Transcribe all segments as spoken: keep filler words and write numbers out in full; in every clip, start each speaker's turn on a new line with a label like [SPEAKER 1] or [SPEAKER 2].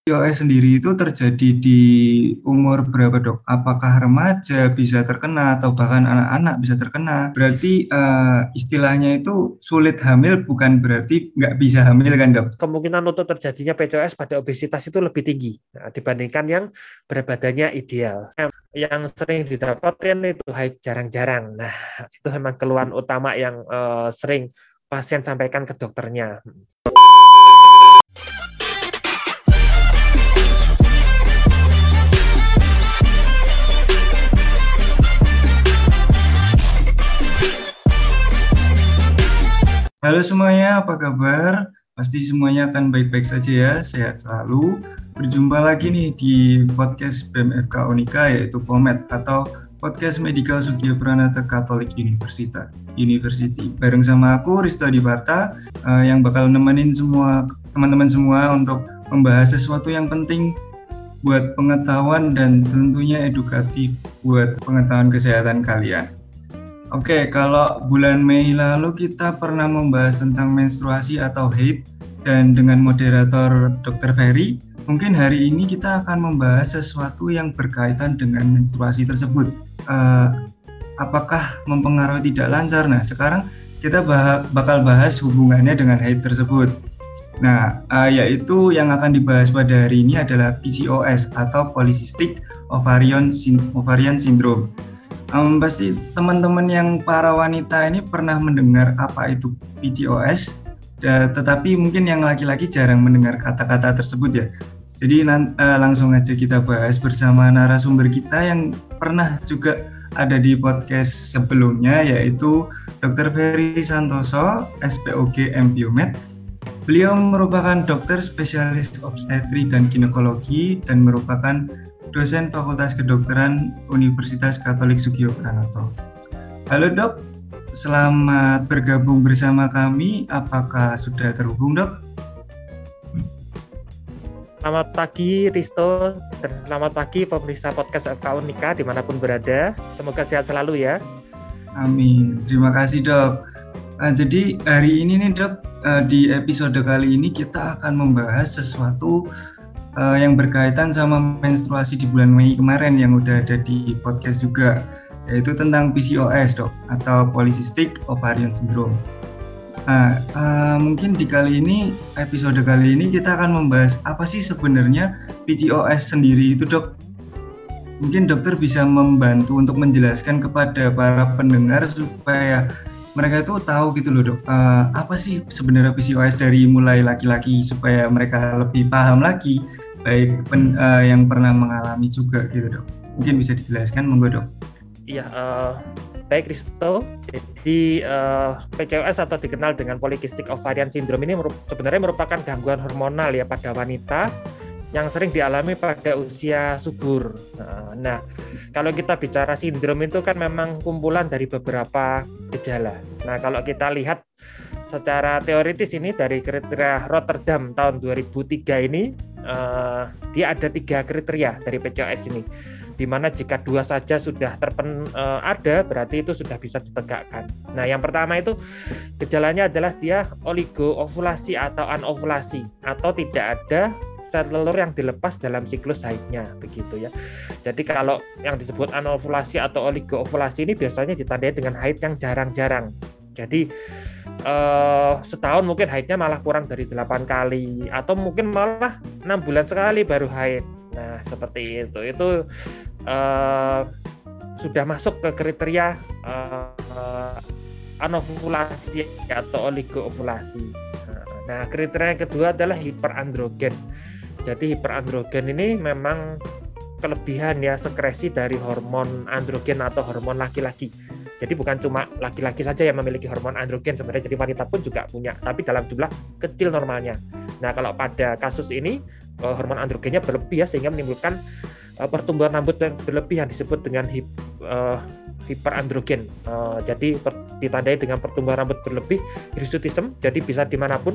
[SPEAKER 1] P C O S sendiri itu terjadi di umur berapa, Dok? Apakah remaja bisa terkena atau bahkan anak-anak bisa terkena? Berarti eh, istilahnya itu sulit hamil bukan berarti nggak bisa hamil kan, Dok?
[SPEAKER 2] Kemungkinan untuk terjadinya P C O S pada obesitas itu lebih tinggi nah, dibandingkan yang berat badannya ideal. Yang sering didapatkan itu haid jarang-jarang. Nah, itu memang keluhan utama yang uh, sering pasien sampaikan ke dokternya.
[SPEAKER 1] Halo semuanya, apa kabar? Pasti semuanya akan baik-baik saja ya, sehat selalu. Berjumpa lagi nih di podcast B M F K Unika yaitu POMED atau Podcast Medical Sugio Pranata Catholic University. University. Bareng sama aku Risto Adiparta uh, yang bakal nemenin semua teman-teman semua untuk membahas sesuatu yang penting buat pengetahuan dan tentunya edukatif buat pengetahuan kesehatan kalian. Oke, kalau bulan Mei lalu kita pernah membahas tentang menstruasi atau haid dan dengan moderator dokter Ferry, mungkin hari ini kita akan membahas sesuatu yang berkaitan dengan menstruasi tersebut. Uh, apakah mempengaruhi tidak lancar? Nah, sekarang kita bah- bakal bahas hubungannya dengan haid tersebut. Nah, uh, yaitu yang akan dibahas pada hari ini adalah P C O S atau Polycystic Ovarian, Sin- Ovarian Syndrome. Um, pasti teman-teman yang para wanita ini pernah mendengar apa itu P C O S, ya, tetapi mungkin yang laki-laki jarang mendengar kata-kata tersebut ya. Jadi nan, uh, langsung aja kita bahas bersama narasumber kita yang pernah juga ada di podcast sebelumnya, yaitu dokter Ferry Santoso, S P O G M Biomed. Beliau merupakan dokter spesialis obstetri dan ginekologi dan merupakan dosen Fakultas Kedokteran Universitas Katolik Sugio Pranoto. Halo Dok, selamat bergabung bersama kami. Apakah sudah terhubung, Dok?
[SPEAKER 2] Selamat pagi Risto dan selamat pagi pemirsa podcast F K Unika dimanapun berada. Semoga sehat selalu ya.
[SPEAKER 1] Amin. Terima kasih Dok. Nah, jadi hari ini nih Dok, di episode kali ini kita akan membahas sesuatu Uh, yang berkaitan sama menstruasi di bulan Mei kemarin yang udah ada di podcast juga, yaitu tentang P C O S, Dok, atau Polycystic Ovarian Syndrome. Nah, uh, mungkin di kali ini, episode kali ini kita akan membahas apa sih sebenarnya P C O S sendiri itu, Dok. Mungkin dokter bisa membantu untuk menjelaskan kepada para pendengar supaya mereka itu tahu gitu loh, Dok, uh, apa sih sebenarnya P C O S dari mulai laki-laki supaya mereka lebih paham lagi, baik pen, uh, yang pernah mengalami juga gitu, Dok. Mungkin bisa dijelaskan, monggo, Dok.
[SPEAKER 2] Iya, uh, baik Risto. Jadi uh, P C O S atau dikenal dengan Polycystic Ovarian Syndrome ini merup- sebenarnya merupakan gangguan hormonal ya pada wanita yang sering dialami pada usia subur. Nah, kalau kita bicara sindrom itu kan memang kumpulan dari beberapa gejala. Nah, kalau kita lihat secara teoritis ini dari kriteria Rotterdam tahun dua ribu tiga ini, uh, dia ada tiga kriteria dari P C O S ini, di mana jika dua saja sudah terpen uh, ada, berarti itu sudah bisa ditegakkan. Nah, yang pertama itu gejalanya adalah dia oligoovulasi atau anovulasi, atau tidak ada sel telur yang dilepas dalam siklus haidnya, begitu ya. Jadi kalau yang disebut anovulasi atau oligoovulasi ini biasanya ditandai dengan haid yang jarang-jarang. Jadi eh, setahun mungkin haidnya malah kurang dari delapan kali, atau mungkin malah enam bulan sekali baru haid. Nah, seperti itu. Itu eh, sudah masuk ke kriteria eh, anovulasi atau oligoovulasi. Nah, kriteria yang kedua adalah hiperandrogen. Jadi hiperandrogen ini memang kelebihan ya sekresi dari hormon androgen atau hormon laki-laki. Jadi bukan cuma laki-laki saja yang memiliki hormon androgen sebenarnya, jadi wanita pun juga punya, tapi dalam jumlah kecil normalnya. Nah, kalau pada kasus ini hormon androgennya berlebih ya, sehingga menimbulkan pertumbuhan rambut yang berlebih yang disebut dengan hip, uh, hiperandrogen. Uh, jadi per, ditandai dengan pertumbuhan rambut berlebih, hirsutism, jadi bisa dimanapun,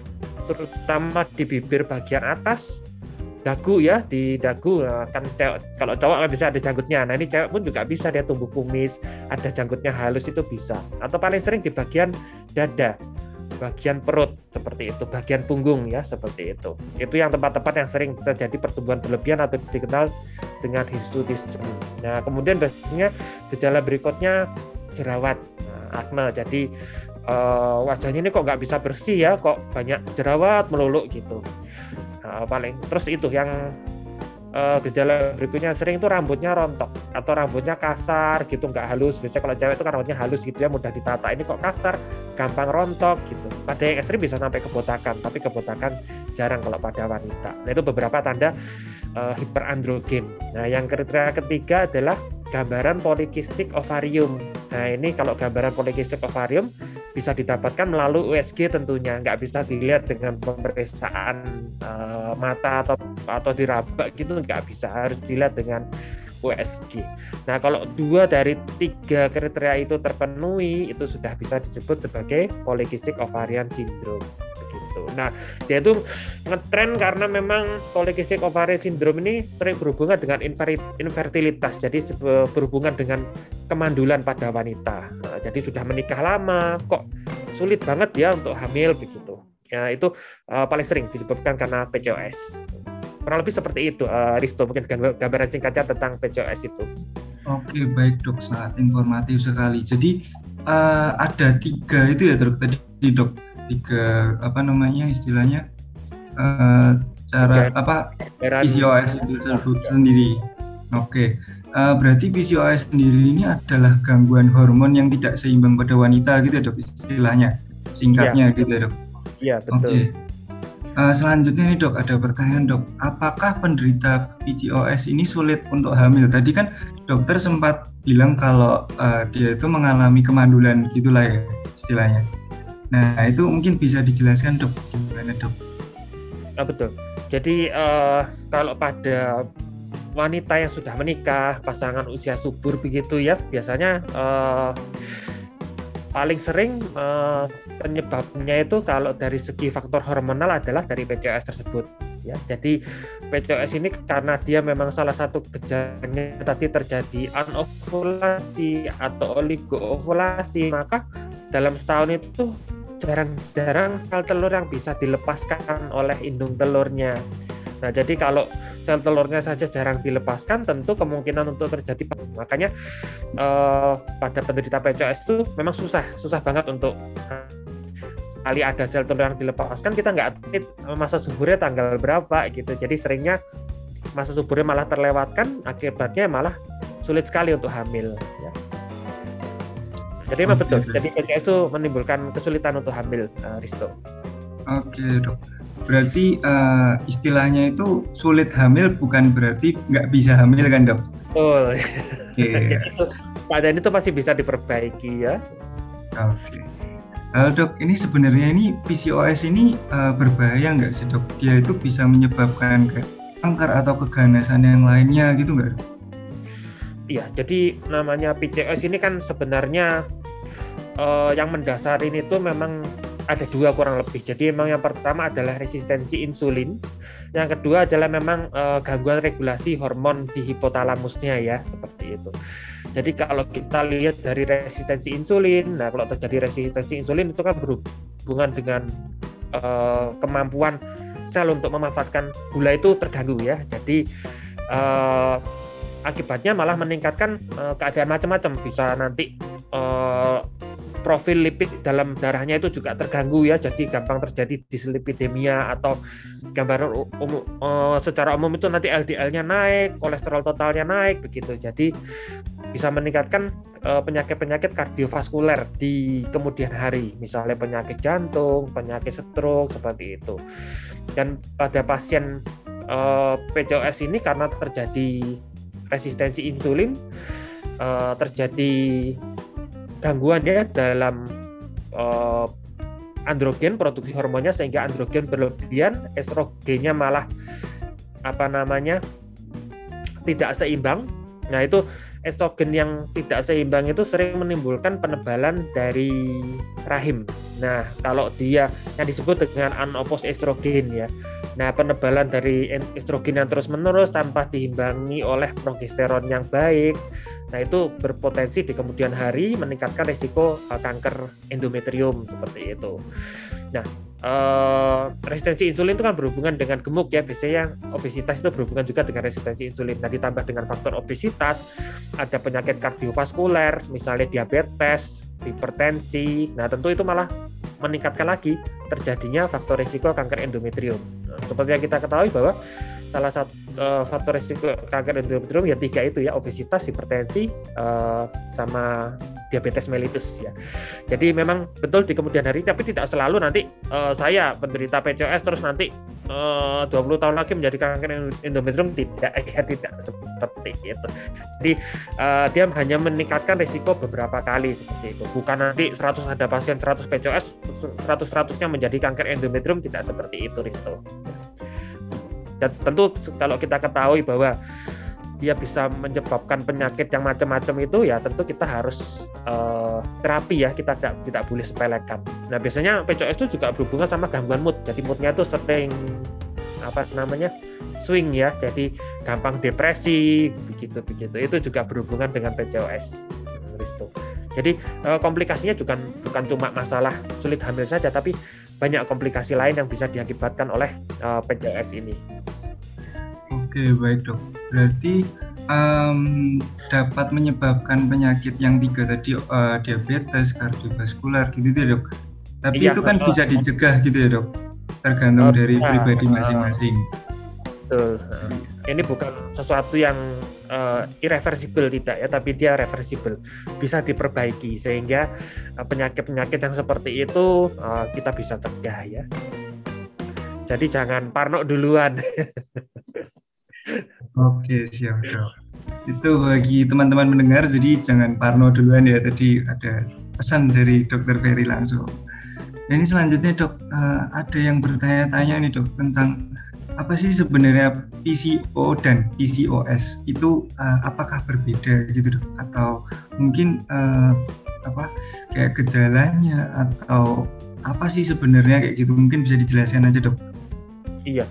[SPEAKER 2] terutama di bibir bagian atas, dagu ya, di dagu. Nah, kan cewek, kalau cowok kan bisa ada janggutnya. Nah, ini cewek pun juga bisa, dia tumbuh kumis, ada janggutnya halus, itu bisa. Atau paling sering di bagian dada. bagian perut seperti itu, bagian punggung ya seperti itu. Itu yang tempat-tempat yang sering terjadi pertumbuhan berlebihan atau dikenal dengan hirsutism. Nah, kemudian biasanya gejala berikutnya jerawat, nah, akne. Jadi uh, wajahnya ini kok nggak bisa bersih ya, kok banyak jerawat melulu gitu. Nah, paling terus itu yang Uh, gejala berikutnya sering itu rambutnya rontok atau rambutnya kasar gitu, nggak halus. Biasanya kalau cewek itu kan rambutnya halus gitu ya, mudah ditata. Ini kok kasar, gampang rontok gitu. Pada yang ekstrim bisa sampai kebotakan, tapi kebotakan jarang kalau pada wanita. Nah, itu beberapa tanda uh, hiperandrogen. Nah, yang kriteria ketiga adalah gambaran polikistik ovarium. Nah, ini kalau gambaran polikistik ovarium bisa didapatkan melalui U S G tentunya, nggak bisa dilihat dengan pemeriksaan uh, mata atau atau diraba gitu, nggak bisa, harus dilihat dengan U S G. Nah, kalau dua dari tiga kriteria itu terpenuhi, itu sudah bisa disebut sebagai polycystic ovarian syndrome. Begitu. Nah, dia itu ngetren karena memang polycystic ovarian syndrome ini sering berhubungan dengan infertilitas, jadi berhubungan dengan kemandulan pada wanita. Nah, jadi sudah menikah lama, kok sulit banget ya untuk hamil begitu. Ya, itu uh, paling sering disebabkan karena P C O S. Kurang lebih seperti itu, uh, Risto, mungkin gambaran singkatnya tentang P C O S itu.
[SPEAKER 1] Oke, baik dok, sangat informatif sekali. Jadi uh, ada tiga itu ya dok, tadi dok, tiga apa namanya istilahnya uh, cara ya, apa P C O S itu tersebut sendiri. Oke, uh, berarti P C O S sendiri ini adalah gangguan hormon yang tidak seimbang pada wanita gitu ya dok, istilahnya, singkatnya ya, gitu ya dok.
[SPEAKER 2] Iya, betul.
[SPEAKER 1] Oke. Uh, selanjutnya nih dok, ada pertanyaan dok, apakah penderita P C O S ini sulit untuk hamil? Tadi kan dokter sempat bilang kalau uh, dia itu mengalami kemandulan gitulah ya istilahnya. Nah, itu mungkin bisa dijelaskan dok, gimana dok?
[SPEAKER 2] Nah, betul. Jadi uh, kalau pada wanita yang sudah menikah, pasangan usia subur begitu ya, biasanya uh, paling sering uh, penyebabnya itu kalau dari segi faktor hormonal adalah dari P C O S tersebut ya. Jadi P C O S ini karena dia memang salah satu gejalanya tadi terjadi anovulasi atau oligoovulasi, maka dalam setahun itu jarang-jarang sel telur yang bisa dilepaskan oleh indung telurnya. Nah, jadi kalau sel telurnya saja jarang dilepaskan, tentu kemungkinan untuk terjadi, makanya eh, pada penderita P C O S itu memang susah, susah banget untuk kali ada sel telur yang dilepaskan, kita nggak tahu masa suburnya tanggal berapa gitu. Jadi seringnya masa suburnya malah terlewatkan, akibatnya malah sulit sekali untuk hamil. Ya. Jadi memang betul. Jadi P C O S itu menimbulkan kesulitan untuk hamil, uh, Risto.
[SPEAKER 1] Oke dok. Berarti uh, istilahnya itu sulit hamil bukan berarti nggak bisa hamil kan dok?
[SPEAKER 2] Betul. Yeah. Jadi itu keadaan itu masih bisa diperbaiki ya.
[SPEAKER 1] Oke. Halo dok, ini sebenarnya ini P C O S ini uh, berbahaya nggak sih dok? Dia itu bisa menyebabkan kayak kanker atau keganasan yang lainnya gitu nggak dok?
[SPEAKER 2] Iya, jadi namanya P C O S ini kan sebenarnya uh, yang mendasari ini tuh memang ada dua kurang lebih. Jadi memang yang pertama adalah resistensi insulin, yang kedua adalah memang uh, gangguan regulasi hormon di hipotalamusnya ya, seperti itu. Jadi kalau kita lihat dari resistensi insulin, nah kalau terjadi resistensi insulin itu kan berhubungan dengan uh, kemampuan sel untuk memanfaatkan gula itu terganggu ya. Jadi uh, akibatnya malah meningkatkan uh, keadaan macam-macam, bisa nanti uh, profil lipid dalam darahnya itu juga terganggu ya, jadi gampang terjadi dislipidemia atau gambaran umum, uh, secara umum itu nanti L D L-nya naik, kolesterol totalnya naik begitu. Jadi bisa meningkatkan uh, penyakit-penyakit kardiovaskuler di kemudian hari, misalnya penyakit jantung, penyakit stroke seperti itu. Dan pada pasien uh, P C O S ini karena terjadi resistensi insulin, uh, terjadi gangguan ya dalam uh, androgen, produksi hormonnya, sehingga androgen berlebihan, estrogennya malah apa namanya tidak seimbang. Nah, itu estrogen yang tidak seimbang itu sering menimbulkan penebalan dari rahim. Nah, kalau dia yang disebut dengan anopos estrogen ya. Nah, penebalan dari estrogen yang terus-menerus tanpa diimbangi oleh progesteron yang baik, nah itu berpotensi di kemudian hari meningkatkan risiko uh, kanker endometrium seperti itu. Nah, uh, resistensi insulin itu kan berhubungan dengan gemuk ya, biasanya obesitas itu berhubungan juga dengan resistensi insulin. Nah, ditambah dengan faktor obesitas, ada penyakit kardiovaskuler, misalnya diabetes, hipertensi. Nah, tentu itu malah meningkatkan lagi terjadinya faktor risiko kanker endometrium. Nah, seperti yang kita ketahui bahwa salah satu uh, faktor risiko kanker endometrium ya tiga itu ya, obesitas, hipertensi, uh, sama diabetes mellitus ya. Jadi memang betul di kemudian hari, tapi tidak selalu nanti uh, saya penderita P C O S terus nanti uh, dua puluh tahun lagi menjadi kanker endometrium, tidak ya, tidak seperti itu. Jadi uh, dia hanya meningkatkan risiko beberapa kali seperti itu. Bukan nanti seratus ada pasien seratus P C O S, seratus-seratusnya menjadi kanker endometrium, tidak seperti itu, Risto. Dan tentu kalau kita ketahui bahwa dia bisa menyebabkan penyakit yang macam-macam itu ya tentu kita harus uh, terapi ya, kita tidak tidak boleh sepelekan. Nah, biasanya P C O S itu juga berhubungan sama gangguan mood. Jadi moodnya itu sering apa namanya swing ya, jadi gampang depresi begitu begitu. Itu juga berhubungan dengan P C O S. Jadi uh, komplikasinya juga bukan cuma masalah sulit hamil saja, tapi banyak komplikasi lain yang bisa diakibatkan oleh uh, P C O S ini.
[SPEAKER 1] Oke, baik dok. Berarti um, dapat menyebabkan penyakit yang tiga tadi, uh, diabetes, kardiovaskular gitu ya dok. Tapi iya, itu kan uh, bisa dicegah gitu ya dok, tergantung uh, dari uh, pribadi masing-masing.
[SPEAKER 2] Betul. Uh, ini bukan sesuatu yang uh, irreversible tidak ya, tapi dia reversible, bisa diperbaiki sehingga uh, penyakit-penyakit yang seperti itu uh, kita bisa cegah ya. Jadi jangan parno duluan.
[SPEAKER 1] Oke, siap dok. Itu bagi teman-teman mendengar, jadi jangan parno duluan ya. Tadi ada pesan dari dokter Ferry langsung. Nah, ini selanjutnya dok, uh, ada yang bertanya-tanya nih dok tentang apa sih sebenarnya P C O dan P C O S itu, uh, apakah berbeda gitu dok? Atau mungkin uh, apa kayak gejalanya atau apa sih sebenarnya kayak gitu? Mungkin bisa dijelaskan aja dok.
[SPEAKER 2] Iya.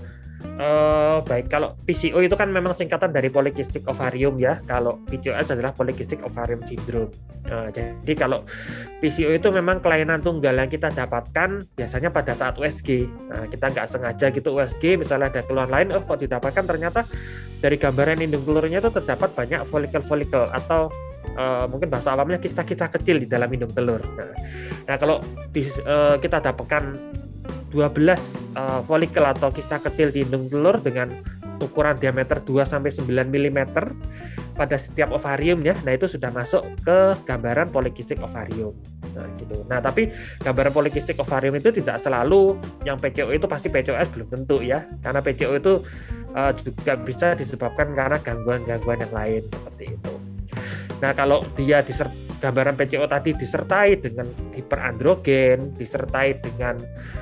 [SPEAKER 2] Uh, baik, kalau P C O itu kan memang singkatan dari polycystic ovarium ya. Kalau P C O S adalah polycystic ovarium syndrome. Uh, jadi kalau P C O itu memang kelainan tunggal yang kita dapatkan biasanya pada saat U S G. Nah, kita nggak sengaja gitu U S G, misalnya ada keluhan lain, oh kok didapatkan ternyata dari gambaran indung telurnya itu terdapat banyak folikel-folikel atau uh, mungkin bahasa awamnya kista-kista kecil di dalam indung telur. Nah, nah kalau di, uh, kita dapatkan dua belas uh, folikel atau kista kecil di indung telur dengan ukuran diameter dua sampai sembilan milimeter pada setiap ovarium ya. Nah, itu sudah masuk ke gambaran polycystic ovarium. Nah, gitu. Nah, tapi gambaran polycystic ovarium itu tidak selalu yang P C O itu pasti P C O S, belum tentu ya. Karena P C O itu uh, juga bisa disebabkan karena gangguan-gangguan yang lain seperti itu. Nah, kalau dia diser- gambaran P C O tadi disertai dengan hiperandrogen, disertai dengan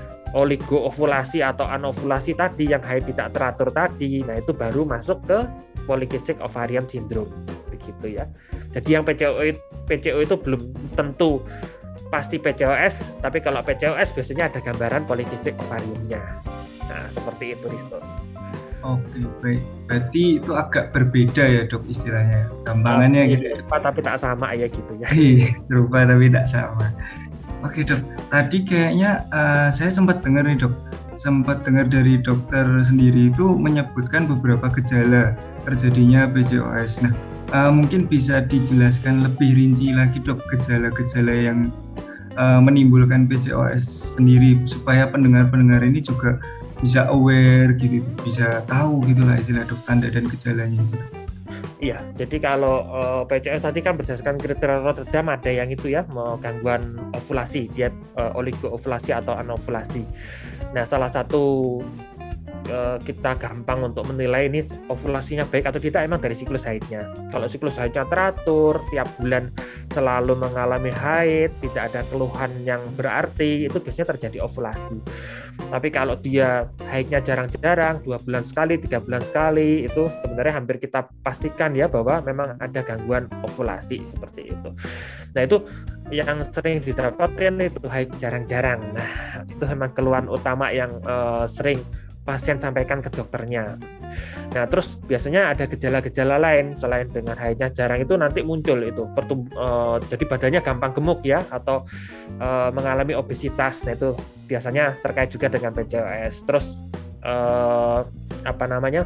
[SPEAKER 2] oligoovulasi atau anovulasi tadi yang haid tidak teratur tadi, nah itu baru masuk ke polycystic ovarium syndrome begitu ya. Jadi yang P C O P C O itu belum tentu pasti P C O S, tapi kalau P C O S biasanya ada gambaran polycystic ovariumnya. Nah, seperti itu, Risto.
[SPEAKER 1] Oke, baik. Berarti itu agak berbeda ya, dok, istilahnya. Gampangannya oh, gitu ya.
[SPEAKER 2] Serupa tapi tak sama ya gitu ya.
[SPEAKER 1] Serupa tapi tak sama. Oke dok, tadi kayaknya uh, saya sempat dengar nih dok, sempat dengar dari dokter sendiri itu menyebutkan beberapa gejala terjadinya P C O S. Nah, uh, mungkin bisa dijelaskan lebih rinci lagi dok gejala-gejala yang uh, menimbulkan P C O S sendiri supaya pendengar-pendengar ini juga bisa aware gitu, bisa tahu gitulah istilah dok tanda dan gejalanya itu.
[SPEAKER 2] Iya, jadi kalau uh, P C O S tadi kan berdasarkan kriteria Rotterdam ada yang itu ya, gangguan ovulasi, dia uh, oligoovulasi atau anovulasi. Nah, salah satu uh, kita gampang untuk menilai ini ovulasinya baik atau tidak emang dari siklus haidnya. Kalau siklus haidnya teratur, tiap bulan selalu mengalami haid, tidak ada keluhan yang berarti, itu biasanya terjadi ovulasi. Tapi kalau dia haidnya jarang-jarang, dua bulan sekali, tiga bulan sekali, itu sebenarnya hampir kita pastikan ya bahwa memang ada gangguan ovulasi seperti itu. Nah, itu yang sering didapatkan itu haid jarang-jarang. Nah, itu memang keluhan utama yang uh, sering pasien sampaikan ke dokternya. Nah, terus biasanya ada gejala-gejala lain selain dengan haidnya jarang itu nanti muncul itu pertum- uh, jadi badannya gampang gemuk ya, atau uh, mengalami obesitas. Nah, itu biasanya terkait juga dengan P C O S. Terus uh, apa namanya?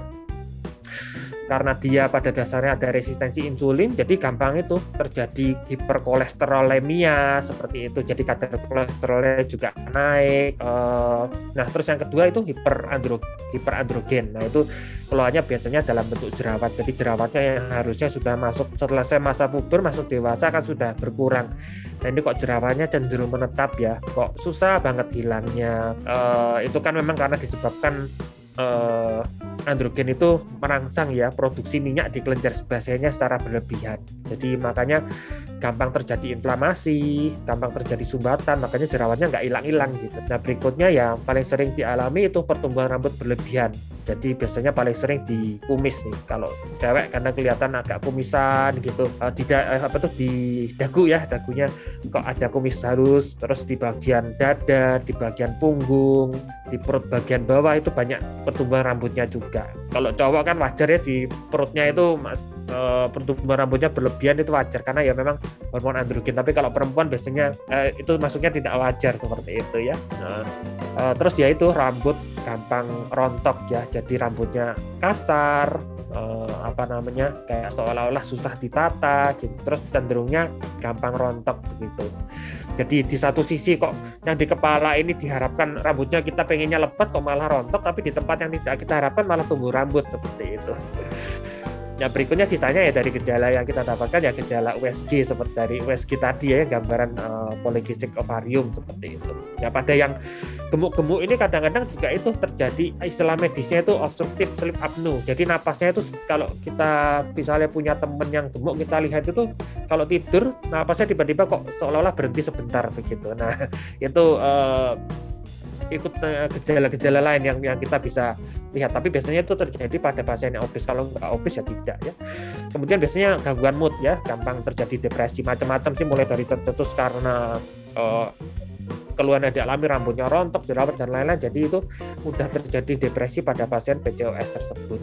[SPEAKER 2] Karena dia pada dasarnya ada resistensi insulin, jadi gampang itu terjadi hiperkolesterolemia seperti itu. Jadi kadar kolesterolnya juga naik. Nah, terus yang kedua itu hiperandro, hiperandrogen. Nah, itu keluarnya biasanya dalam bentuk jerawat. Jadi jerawatnya yang harusnya sudah masuk selesai masa puber, masuk dewasa kan sudah berkurang. Nah, ini kok jerawatnya cenderung menetap ya, kok susah banget hilangnya. Uh, itu kan memang karena disebabkan Uh, androgen itu merangsang ya produksi minyak di kelenjar sebasenya secara berlebihan. Jadi makanya gampang terjadi inflamasi, gampang terjadi sumbatan, makanya jerawatnya nggak hilang-hilang gitu. Nah, berikutnya yang paling sering dialami itu pertumbuhan rambut berlebihan. Jadi biasanya paling sering di kumis nih. Kalau cewek karena kelihatan agak kumisan gitu, uh, tidak uh, apa tuh di dagu ya, dagunya kok ada kumis halus, terus di bagian dada, di bagian punggung, di perut bagian bawah itu banyak pertumbuhan rambutnya juga. Kalau cowok kan wajar ya di perutnya itu mas, e, pertumbuhan rambutnya berlebihan itu wajar karena ya memang hormon androgen. Tapi kalau perempuan biasanya e, itu masuknya tidak wajar seperti itu ya. Nah, e, terus ya itu rambut gampang rontok ya. Jadi rambutnya kasar, e, apa namanya kayak seolah-olah susah ditata gitu. Terus cenderungnya gampang rontok begitu. Jadi di satu sisi kok yang di kepala ini diharapkan rambutnya kita pengennya lebat kok malah rontok, tapi di tempat yang tidak kita harapkan malah tumbuh rambut seperti itu. Yang berikutnya sisanya ya dari gejala yang kita dapatkan ya gejala U S G seperti dari U S G tadi ya, gambaran uh, polycystic ovarium seperti itu. Ya pada yang gemuk-gemuk ini kadang-kadang juga itu terjadi istilah medisnya itu obstructive sleep apnea. Jadi napasnya itu kalau kita misalnya punya teman yang gemuk kita lihat itu kalau tidur napasnya tiba-tiba kok seolah-olah berhenti sebentar begitu. Nah, itu uh, ikut gejala-gejala lain yang yang kita bisa lihat, tapi biasanya itu terjadi pada pasien yang obes. Kalau nggak obes ya tidak ya. Kemudian biasanya gangguan mood ya, gampang terjadi depresi, macam-macam sih, mulai dari tercetus karena uh, keluhan yang dialami rambutnya rontok, jerawat dan lain-lain. Jadi itu mudah terjadi depresi pada pasien P C O S tersebut.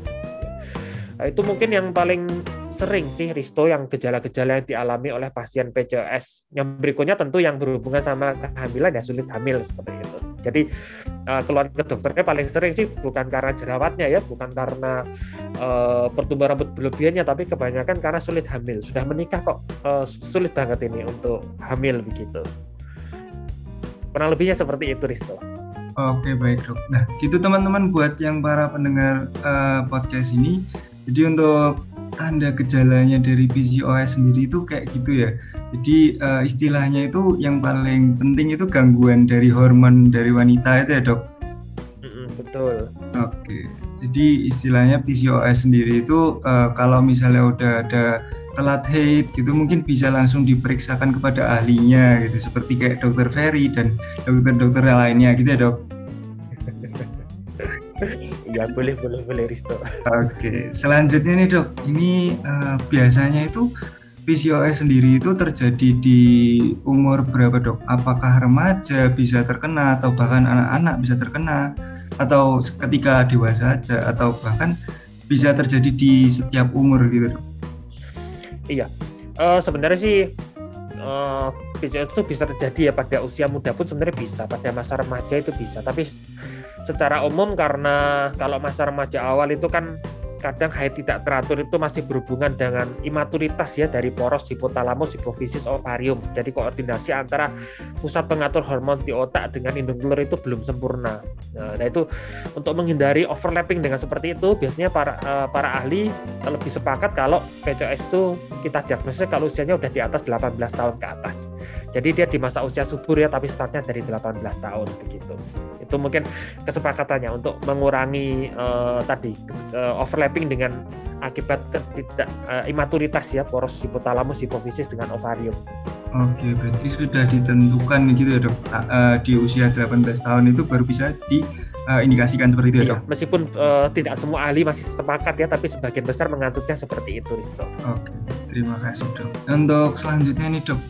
[SPEAKER 2] Nah, itu mungkin yang paling sering sih Risto yang gejala-gejala yang dialami oleh pasien P C O S. Yang berikutnya tentu yang berhubungan sama kehamilan ya, sulit hamil seperti itu. Jadi uh, keluar ke dokternya paling sering sih bukan karena jerawatnya ya, bukan karena uh, pertumbuhan rambut berlebihannya, tapi kebanyakan karena sulit hamil. Sudah menikah kok uh, sulit banget ini untuk hamil begitu. Kurang lebihnya seperti itu, Risto.
[SPEAKER 1] Oke, baik dok. Nah, gitu teman-teman buat yang para pendengar uh, podcast ini. Jadi untuk tanda gejalanya dari P C O S sendiri itu kayak gitu ya. Jadi uh, istilahnya itu yang paling penting itu gangguan dari hormon dari wanita itu ya dok.
[SPEAKER 2] Mm-mm, betul.
[SPEAKER 1] Oke. Jadi istilahnya P C O S sendiri itu uh, kalau misalnya udah ada telat haid gitu mungkin bisa langsung diperiksakan kepada ahlinya gitu, seperti kayak dokter Ferry dan dokter-dokter lainnya gitu ya dok.
[SPEAKER 2] Ya boleh boleh boleh Risto.
[SPEAKER 1] Oke, selanjutnya nih dok, ini uh, biasanya itu P C O S sendiri itu terjadi di umur berapa dok? Apakah remaja bisa terkena atau bahkan anak-anak bisa terkena, atau ketika dewasa aja, atau bahkan bisa terjadi di setiap umur gitu dok?
[SPEAKER 2] Iya, uh, sebenarnya sih uh, P C O S itu bisa terjadi ya pada usia muda pun sebenarnya bisa, pada masa remaja itu bisa, tapi secara umum karena kalau masa remaja awal itu kan kadang haid tidak teratur itu masih berhubungan dengan imaturitas ya dari poros hipotalamus, hipofisis, ovarium. Jadi koordinasi antara pusat pengatur hormon di otak dengan indung telur itu belum sempurna. Nah, itu untuk menghindari overlapping dengan seperti itu biasanya para uh, para ahli lebih sepakat kalau P C O S itu kita diagnosis kalau usianya udah di atas delapan belas tahun ke atas. Jadi dia di masa usia subur ya, tapi startnya dari delapan belas tahun begitu. Itu mungkin kesepakatannya untuk mengurangi uh, tadi uh, overlapping dengan akibat ketidak uh, imaturitas ya poros hipotalamus hipofisis dengan ovarium.
[SPEAKER 1] Oke, berarti sudah ditentukan gitu ya dok, uh, di usia delapan belas tahun itu baru bisa diindikasikan uh, seperti itu ya dok?
[SPEAKER 2] Iya, meskipun uh, tidak semua ahli masih sepakat ya, tapi sebagian besar mengaturnya seperti itu Risto.
[SPEAKER 1] Oke, terima kasih dok. Untuk selanjutnya nih dok,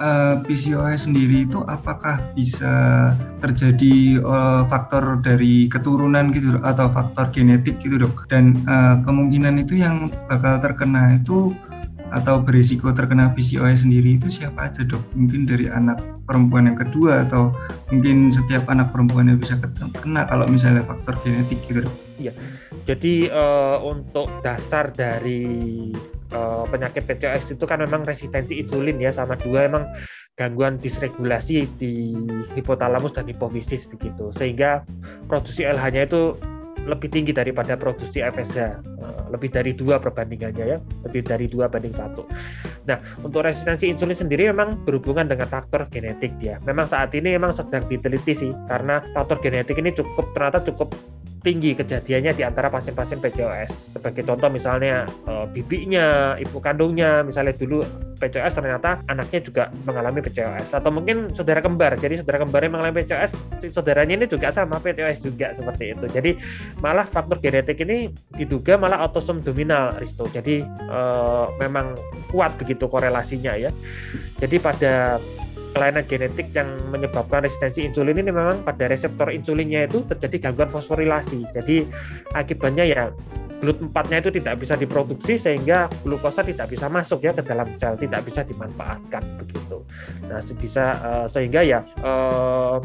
[SPEAKER 1] uh, P C O S sendiri itu apakah bisa terjadi uh, faktor dari keturunan gitu atau faktor genetik gitu dok? Dan uh, kemungkinan itu yang bakal terkena itu atau berisiko terkena P C O S sendiri itu siapa aja dok? Mungkin dari anak perempuan yang kedua atau mungkin setiap anak perempuan yang bisa kena kalau misalnya faktor genetik gitu dok?
[SPEAKER 2] Iya, jadi uh, untuk dasar dari uh, penyakit P C O S itu kan memang resistensi insulin ya, sama dua emang gangguan disregulasi di hipotalamus dan hipofisis begitu, sehingga produksi L H-nya itu lebih tinggi daripada produksi F S H, lebih dari dua perbandingannya ya, lebih dari dua banding satu. Nah, untuk resistensi insulin sendiri memang berhubungan dengan faktor genetik dia. Memang saat ini memang sedang diteliti sih, karena faktor genetik ini cukup ternyata cukup tinggi kejadiannya di antara pasien-pasien P C O S. Sebagai contoh misalnya e, bibinya, ibu kandungnya, misalnya dulu P C O S ternyata anaknya juga mengalami P C O S, atau mungkin saudara kembar. Jadi saudara kembarnya mengalami P C O S, saudaranya ini juga sama P C O S juga seperti itu. Jadi malah faktor genetik ini diduga malah autosom dominal, Risto. Jadi e, memang kuat begitu korelasinya ya. Jadi pada kelainan genetik yang menyebabkan resistensi insulin ini memang pada reseptor insulinnya itu terjadi gangguan fosforilasi. Jadi akibatnya ya glut empat-nya itu tidak bisa diproduksi sehingga glukosa tidak bisa masuk ya ke dalam sel, tidak bisa dimanfaatkan begitu. Nah, bisa uh, sehingga ya uh,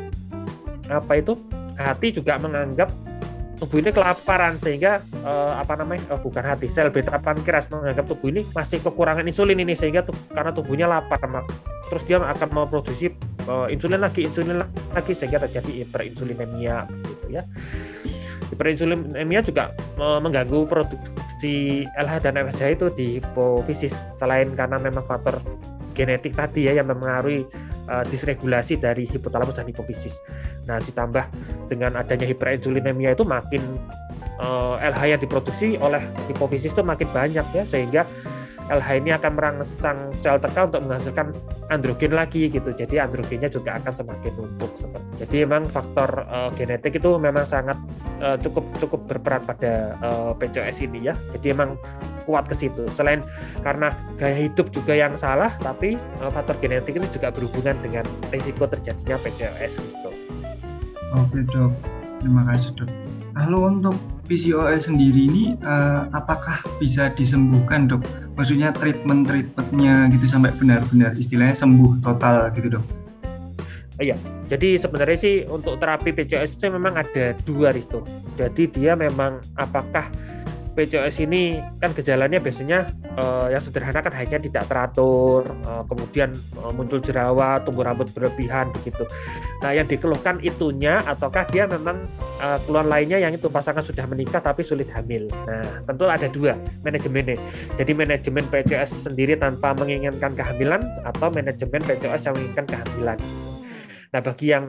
[SPEAKER 2] apa itu hati juga menganggap tubuh ini kelaparan, sehingga uh, apa namanya uh, bukan hati, sel beta pankreas menganggap tubuh ini masih kekurangan insulin ini, sehingga tuh, karena tubuhnya lapar, terus dia akan memproduksi uh, insulin lagi insulin lagi sehingga terjadi hiperinsulinemia begitu ya. Hiperinsulinemia juga uh, mengganggu produksi L H dan F S H itu di hipofisis, selain karena memang faktor genetik tadi ya yang mempengaruhi uh, disregulasi dari hipotalamus dan hipofisis. Nah, ditambah dengan adanya hiperinsulinemia itu makin uh, L H yang diproduksi oleh hipofisis itu makin banyak ya, sehingga L H ini akan merangsang sel teka untuk menghasilkan androgen lagi gitu. Jadi androgennya juga akan semakin numpuk seperti. Jadi memang faktor uh, genetik itu memang sangat uh, cukup cukup berperan pada uh, P C O S ini ya. Jadi memang kuat ke situ. Selain karena gaya hidup juga yang salah, tapi uh, faktor genetik ini juga berhubungan dengan risiko terjadinya P C O S gitu.
[SPEAKER 1] Oke dok, terima kasih dok. Lalu untuk P C O S sendiri ini uh, apakah bisa disembuhkan dok? Maksudnya treatment-treatmentnya gitu sampai benar-benar istilahnya sembuh total gitu dok?
[SPEAKER 2] Iya, jadi sebenarnya sih untuk terapi P C O S itu memang ada dua, Risto. Jadi dia memang apakah P C O S ini kan gejalanya biasanya uh, yang sederhana kan haidnya tidak teratur, uh, kemudian uh, muncul jerawat, tumbuh rambut berlebihan begitu. Nah, yang dikeluhkan itunya ataukah dia memang uh, keluhan lainnya yang itu pasangan sudah menikah tapi sulit hamil. Nah, tentu ada dua manajemennya. Jadi manajemen P C O S sendiri tanpa menginginkan kehamilan atau manajemen P C O S yang menginginkan kehamilan. Nah, bagi yang